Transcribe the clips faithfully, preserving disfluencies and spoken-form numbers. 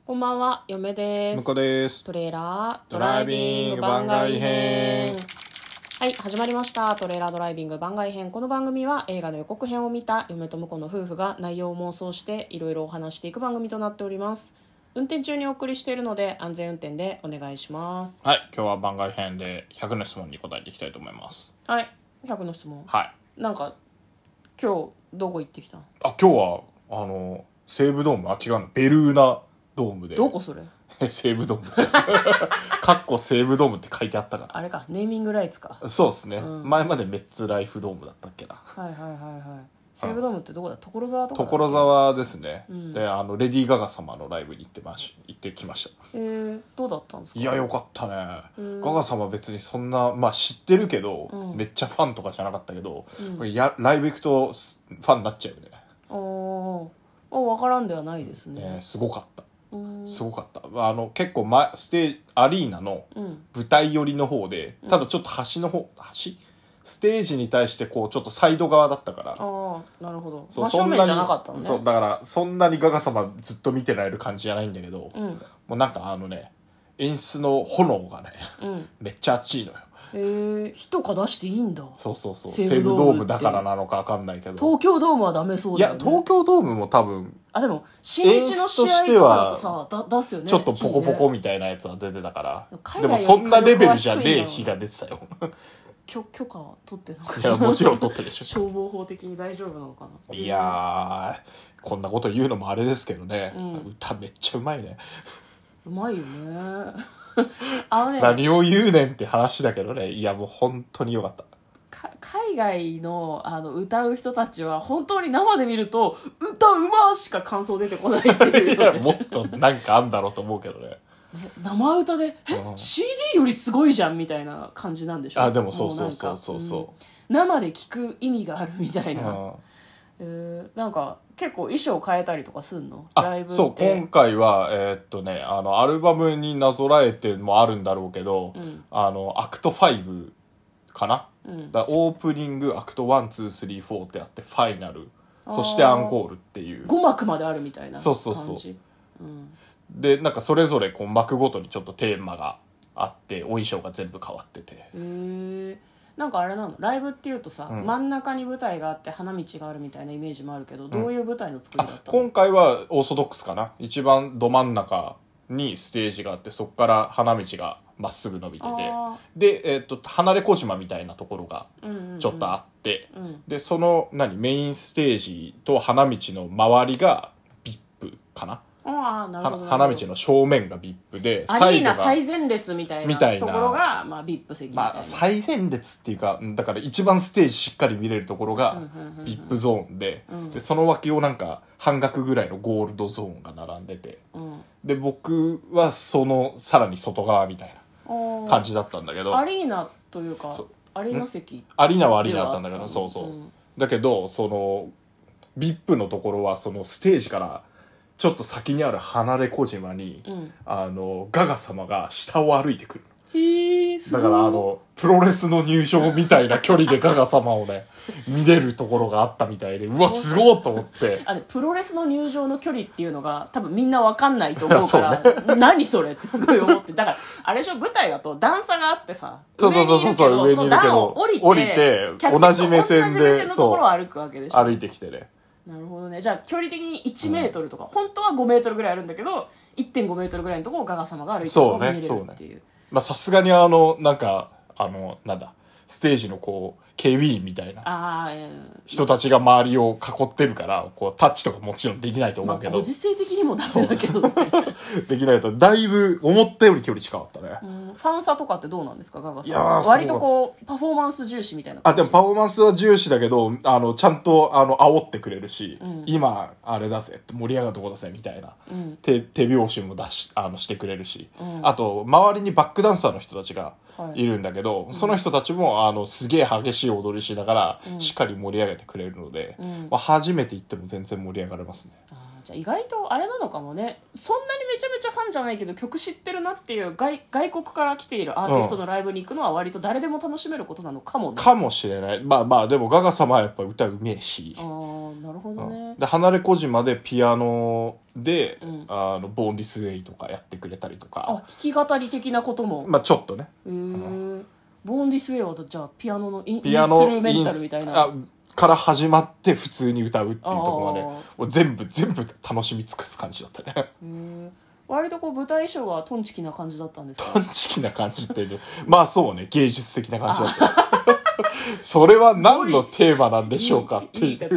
こんばんは、嫁です。 向こうです。 トレーラードドライビング番外編。 はい、始まりました。トレーラードライビング番外編。この番組は映画の予告編を見た嫁と婿の夫婦が内容を妄想していろいろお話していく番組となっております。運転中にお送りしているので安全運転でお願いします。 はい、今日は番外編でひゃくの質問に答えていきたいと思います。 はい、ひゃくの質問。 はい。 なんか今日どこ行ってきたの？ あ、今日はあの西武ドーム、あ違うのベルーナドームで。 どこそれ？ 西武ドームで。かっこ西武ドームって書いてあったから。 あれか、ネーミングライツか。 そうですね、 うん、 前までメッツライフドームだったっけな。 はいはいはいはい。西武ドームってどこだ？所沢とかだっけ？ 所沢ですね、 うん、 であのレディー・ガガ様のライブに行ってまし行ってきました。 えー、どうだったんですか？ いやよかったね、 うん、 ガガ様別にそんなまあ知ってるけど、うん、めっちゃファンとかじゃなかったけど、うん、やライブ行くとファンになっちゃうよね。 ああ分からんではないですね、 えー、すごかった。すごかった。あの結構前ステージアリーナの舞台寄りの方で、うん、ただちょっと端の方端ステージに対してこうちょっとサイド側だったから、ああなるほど、 そう真正面じゃなかったのね。 そうだからそんなにガガ様ずっと見てられる感じじゃないんだけど、うん、もうなんかあのね演出の炎がね、うん、めっちゃ熱いのよ。 へえ、火とか出していいんだ。 そうそうそう、西武ドームだからなのか分かんないけど、 東京ドームはダメそうだよね。 いや東京ドームも多分あでも新日の試合とかだとさだ出すよね。 ちょっとポコポコみたいなやつは出てたから、ね、でもそんなレベルじゃねえ火が出てたよ。 許, 許可は取ってんのかな。 いやもちろん取ってるでしょ。 消防法的に大丈夫なのかな。 いやーこんなこと言うのもあれですけどね、うん、歌めっちゃうまいね。 うまいよね。あのね、 何を言うねんって話だけどね。いやもう本当によかった。 か海外 の, あの歌う人たちは本当に生で見ると歌うましか感想出てこないっていう、ね、 いやもっとなんかあんだろうと思うけどね。 ね生歌でえ、うん、シーディー よりすごいじゃんみたいな感じなんでしょ。 あでもそうそうそうそうそう、うん、 生で聞く意味があるみたいな、うんえー、なんか結構衣装変えたりとかすんの？ライブって。 そう今回はえー、っとねあのアルバムになぞらえてもあるんだろうけど、うん、あのアクトファイブかな、うん、だオープニングアクトワンツースリーフォーってあってファイナルそしてアンコールっていうご幕まであるみたいな感じ。 そうそうそう、うん、でなんかそれぞれこう幕ごとにちょっとテーマがあってお衣装が全部変わってて。 へー、なんかあれなのライブっていうとさ、うん、真ん中に舞台があって花道があるみたいなイメージもあるけど、どういう舞台の作りだったの？ 今回はオーソドックスかな。一番ど真ん中にステージがあってそこから花道がまっすぐ伸びてて、で、えー、と離れ小島みたいなところがちょっとあって、うんうんうん、でその何メインステージと花道の周りが ブイアイピー かな。 あなるほど花道の正面が ブイアイピー でアリーナ最前列みたいなところが、まあ、ブイアイピー 席みたいな、 まあ、最前列っていうかだから一番ステージしっかり見れるところが ブイアイピー ゾーン で、うん、でその脇をなんか半額ぐらいのゴールドゾーンが並んでて、うん、で僕はそのさらに外側みたいな感じだったんだけど、 アリーナというかアリーナ席アリーナはアリーナだったんだけどそうそう、うん、だけどその ブイアイピー のところはそのステージからちょっと先にある離れ小島に、うん、あのガガ様が下を歩いてくる。 へーすごい。 だからあのプロレスの入場みたいな距離でガガ様をね見れるところがあったみたいで、うわすごいと思って。 あプロレスの入場の距離っていうのが多分みんな分かんないと思うからね、何それってすごい思ってだからあれでしょ舞台だと段差があってさそうそうそうそう上にいるけどその段を降りて降りて同じ目線で同じ目線のところを歩くわけでしょ。 歩いてきてね。 なるほどね。じゃあ距離的にいちメートルとか、うん、本当はごメートルぐらいあるんだけど いってんごメートルぐらいのところをガガ様が歩いてるのを見れるっていう。そうね、そうね。 まあさすがにあのなんかあのなんだステージのこう警備員みたいな人たちが周りを囲ってるからこうタッチとかもちろんできないと思うけど、まあ、 ご時世的にもダメだけど、ね、 できないとだいぶ思ったより距離近かったね。 うん、ファンサとかってどうなんですかガガさん。いや割とこうパフォーマンス重視みたいな感じ。 あでもパフォーマンスは重視だけどあのちゃんとあの煽ってくれるし、うん、今あれだぜって盛り上がるとこだぜみたいな、うん、手, 手拍子も出しあのしてくれるし、うん、あと周りにバックダンサーの人たちがいるんだけど、はい、その人たちもあのすげえ激しい踊りしながら、うん、しっかり盛り上げてくれるので、うんまあ、初めて行っても全然盛り上がれますね。 あじゃあ意外とあれなのかもね。そんなにめちゃめちゃファンじゃないけど曲知ってるなっていう 外, 外国から来ているアーティストのライブに行くのは割と誰でも楽しめることなのかもね。 かもしれない。まあまあでもガガ様はやっぱり歌うめえし。 ああなるほどね、 うん、で離れ小島でピアノで、 うんあのボーン・ディス・ウェイとかやってくれたりとか、 あ、弾き語り的なことも。 まあちょっとね、 へー。ボーンディスウェイはじゃあピアノのイン、インピアノストゥルメンタルみたいな。 あから始まって普通に歌うっていうところまであーもう全部全部楽しみ尽くす感じだったね。 へー。割とこう舞台衣装はトンチキな感じだったんですか？ トンチキな感じってねまあそうね、芸術的な感じだったそれは何のテーマなんでしょうかっていう。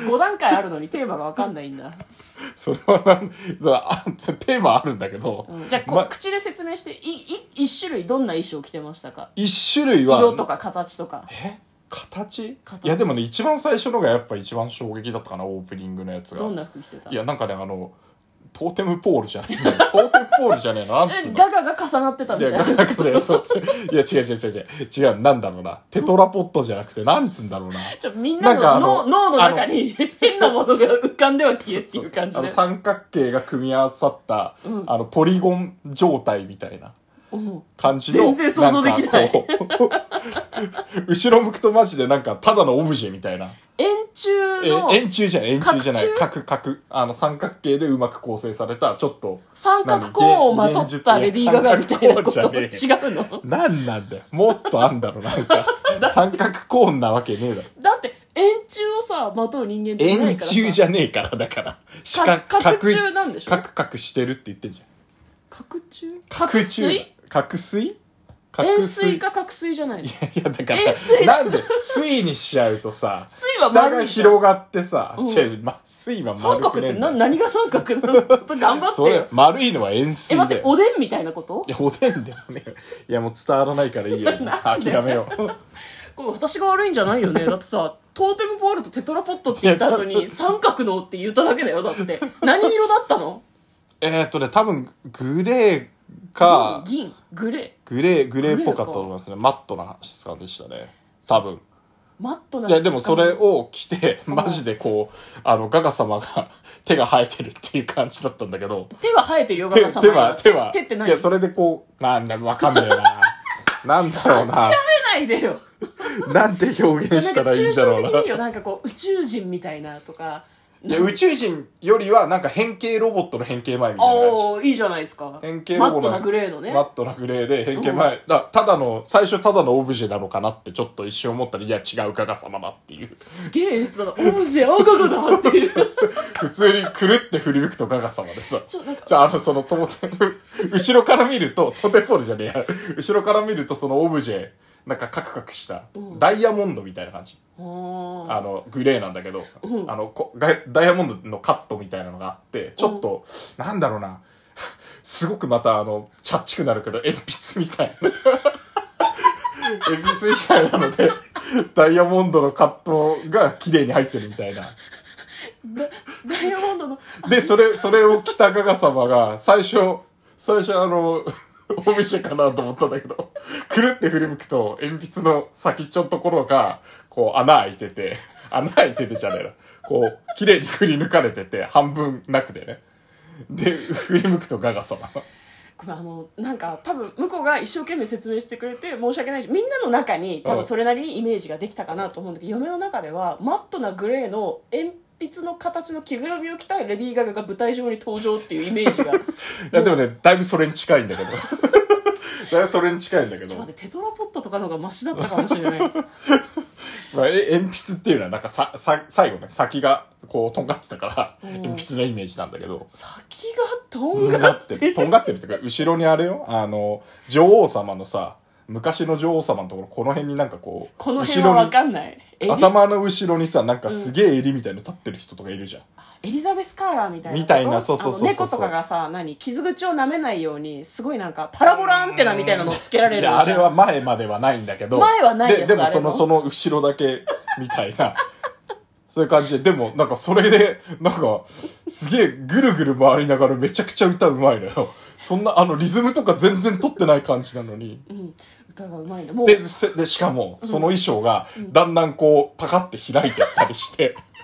ご段階あるのにテーマが分かんないんだ。 それは何そうあテーマあるんだけど、 うん、じゃあこ、 ま、 口で説明していい一種類どんな衣装を着てましたか？ 一種類は色とか形とか。 え形形いやでもね、一番最初のがやっぱ一番衝撃だったかな、オープニングのやつが。 どんな服着てた？ いやなんかね、あのトーテムポールじゃないんだよトーテムポールじゃねえの、なんつうの、 ガガが重なってたみいやたいな。 ガガガでそういや違う違う違う違う違う、なんだろうな、テトラポットじゃなくてなんつうんだろうな、 ちょみんななんかあのの脳脳の中に変なものが浮かんでは消えっていう感じで。 あの三角形が組み合わさった、 うんあのポリゴン状態みたいなうん感じの、 全然想像できないんかこう後ろ向くとマジでなんかただのオブジェみたいな。 円柱えの円柱じゃない円柱じゃない角角角あの三角形でうまく構成されたちょっと三角コーンをまとったレディー・ガガみたいなこと三角コーンじゃね違うの？ なんなんだよ、もっとあんだろなんか三角コーンなわけねえだろ。 だって円柱をさまとう人間っていな円いからさ。 柱じゃねえからだから四角角柱なんでしょ？ カクカクしてるって言ってんじゃん。 角柱？ 角角水？ 角水円錐か角水じゃないの？ いやだか円錐らなんで水にしちゃうとさ水は下丸いが広がってさ、 うん違う、ま、水は三角って丸くねえんだよ。 な何が三角なの？ちょっと頑張っそれてよ。 丸いのは円錐え、待って、 だよ。 おでんみたいなこと？ いやおでんだよね。いやもう伝わらないからいいよ諦めよう。 これ私が悪いんじゃないよね。だってさ、トーテムポールとテトラポットって言った後に三角のって言っただけだよ。だって。何色だったの？ えーっとね多分グレーか銀、銀グレグレーグレーっぽかったと思いますね。マットな質感でしたね多分。 ー。マットない質感。 やでもそれを着てマジでこうあのガガ様が手が生えてるっていう感じだったんだけど、 手は生えてるよ、ガ手ガ様手は手は手って何？ いやそれでこうなんだわかんねえななんだろうな諦めないでよ。 なんて表現したらいいんだろうな。 なんか抽象的でいいよ。なんかこう、宇宙人みたいなとか。 いや宇宙人よりはなんか変形ロボットの変形前みたいな感じ。 おー、いいじゃないですか。 変形ロボマットなグレーのね。 マットなグレーで変形前、だただの最初ただのオブジェなのかなってちょっと一瞬思ったら、いや違うガガ様だっていうすげえ演出だな。オブジェ、あ、ガガだっていう。 普通にくるって振り向くとガガ様でさ、 ちょ、なんか、 じゃああのそのトーテム後ろから見るとトーテムポールじゃねえや後ろから見るとそのオブジェなんかカクカクしたダイヤモンドみたいな感じ、 あーあのグレーなんだけど、 うんあのこガダイヤモンドのカットみたいなのがあってちょっと、なんだろうなすごくまたあのチャッチくなるけど鉛筆みたいな鉛筆みたいなのでダイヤモンドのカットが綺麗に入ってるみたいなダダイヤモンドの、 でそれそれを着たガガ様が最初最初あのオブジェかなと思ったんだけど、くるって振り向くと鉛筆の先っちょのところがこう穴開いてて、穴開いててじゃねえな、こう綺麗にくり抜かれてて半分なくてね、で振り向くとガガ様。 ごめん、あの、なんか多分向こうが一生懸命説明してくれて申し訳ないし、みんなの中に多分それなりにイメージができたかなと思うんだけど、嫁の中ではマットなグレーの鉛筆の形の着ぐるみを着たレディー・ガガが舞台上に登場っていうイメージが。 いやでもねだいぶそれに近いんだけどだいぶそれに近いんだけど、 ちょっと待って、テトラポットとかの方がマシだったかもしれない。 まあ、え鉛筆っていうのはなんかささ最後ね先がこうとんがってたから鉛筆のイメージなんだけど、 先がとんとんがっる。 がっててるとんがってるっていうか後ろにあれよ、あの女王様のさ昔の女王様のところこの辺になんかこうこの辺はわかんない。エリ頭の後ろにさなんかすげえ襟みたいの立ってる人とかいるじゃん、 エリザベス・カーラーみたいなこと。 みたいなそうそうそうそうあの猫とかがさ、何、傷口を舐めないように、すごいなんか、パラボラアンテナみたいなのをつけられるじゃん。 いやあれは前まではないんだけど前はないやつででもそあれものその後ろだけみたいなそういう感じで、でもなんかそれでなんかすげえぐるぐる回りながらめちゃくちゃ歌うまいのよ。そんなあのリズムとか全然取ってない感じなのに、 うん、歌がうまいんだ。もう、 でせでしかもその衣装がだんだんこうパカって開いてったりして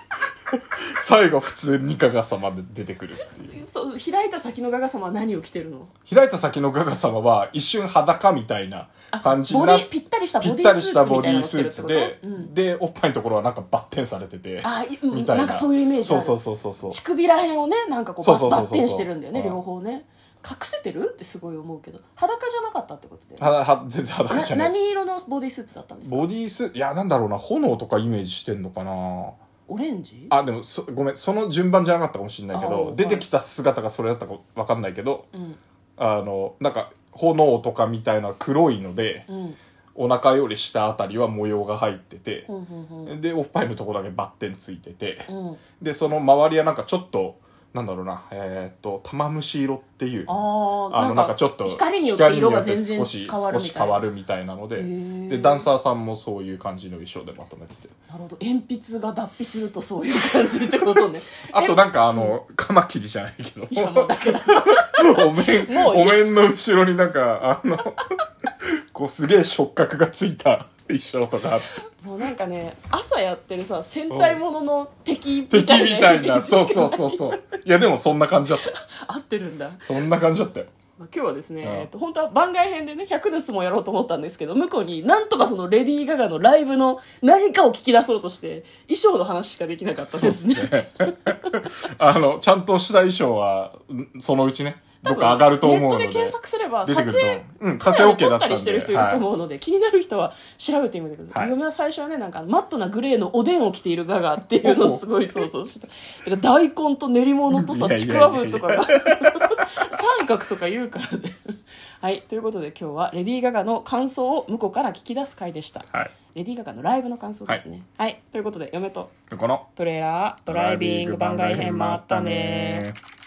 最後普通にガガ様で出てくるっていう。 そう開いた先のガガ様は何を着てるの？ 開いた先のガガ様は一瞬裸みたいな感じになボディぴったりしたボディぴったりしたボスーツみたいなのディスーツで、 うん、 でおっぱいのところはなんかバッテンされてて、 あ、うん、 みたいな。 なんかそういうイメージある。 そうそうそうそう。 乳首らへんをねなんかこうバそうそうそうそうッテンしてるんだよね、 うん両方ね。隠せてるってすごい思うけど、裸じゃなかったってことで。 はは全然裸じゃないです。 何色のボディスーツだったんですか？ ボディスーツ、いやなんだろうな、炎とかイメージしてんのかな。 オレンジ？ あでもそごめん、その順番じゃなかったかもしれないけど、 あ出てきた姿がそれだったか分かんないけど、 うん、 あのなんか炎とかみたいな黒いので、 うん、 お腹より下あたりは模様が入ってて、 うんうんうん、 でおっぱいのところだけバッテンついてて、 うん、 でその周りはなんかちょっとなんだろうな、えー、っと玉虫色っていう、 ああのなんかちょっと光によって色が全然少し変わるみたいな少し変わるみたいなので、 ーでダンサーさんもそういう感じの衣装でまとめてて、 なるほど、鉛筆が脱皮するとそういう感じってことね。 あとなんかあの、うん、カマキリじゃないけど、 いやもうだからお面お面の後ろになんかあのこうすげえ触覚がついた衣装とかあって、 もうなんかね朝やってるさ戦隊ものの敵み敵たいなみたいな、そうそうそうそういやでもそんな感じだった合ってるんだ。 そんな感じだったよ。 まあ今日はですね、 うんえっと、本当は番外編でねひゃくの質問やろうと思ったんですけど、向こうになんとかそのレディー・ガガのライブの何かを聞き出そうとして衣装の話しかできなかったですね。 そうですねあのちゃんとした衣装はそのうちねどっか上がると思うので、 ネットで検索すれば出撮影てくると、うん、撮影 OK だ撮っんで、 ったたりしてる人いると思うので、気になる人は調べてみてください。 はい、 嫁は最初はねなんかマットなグレーのおでんを着ているガガっていうのをすごい想像してた。だから大根と練り物とさいやいやいやちくわぶとかが三角とか言うからね。はいということで今日はレディー・ガガの感想を向こうから聞き出す回でした。 はい、 レディー・ガガのライブの感想ですね。はい、はい、ということで嫁とこのトレーラードライビング番外編もあったね。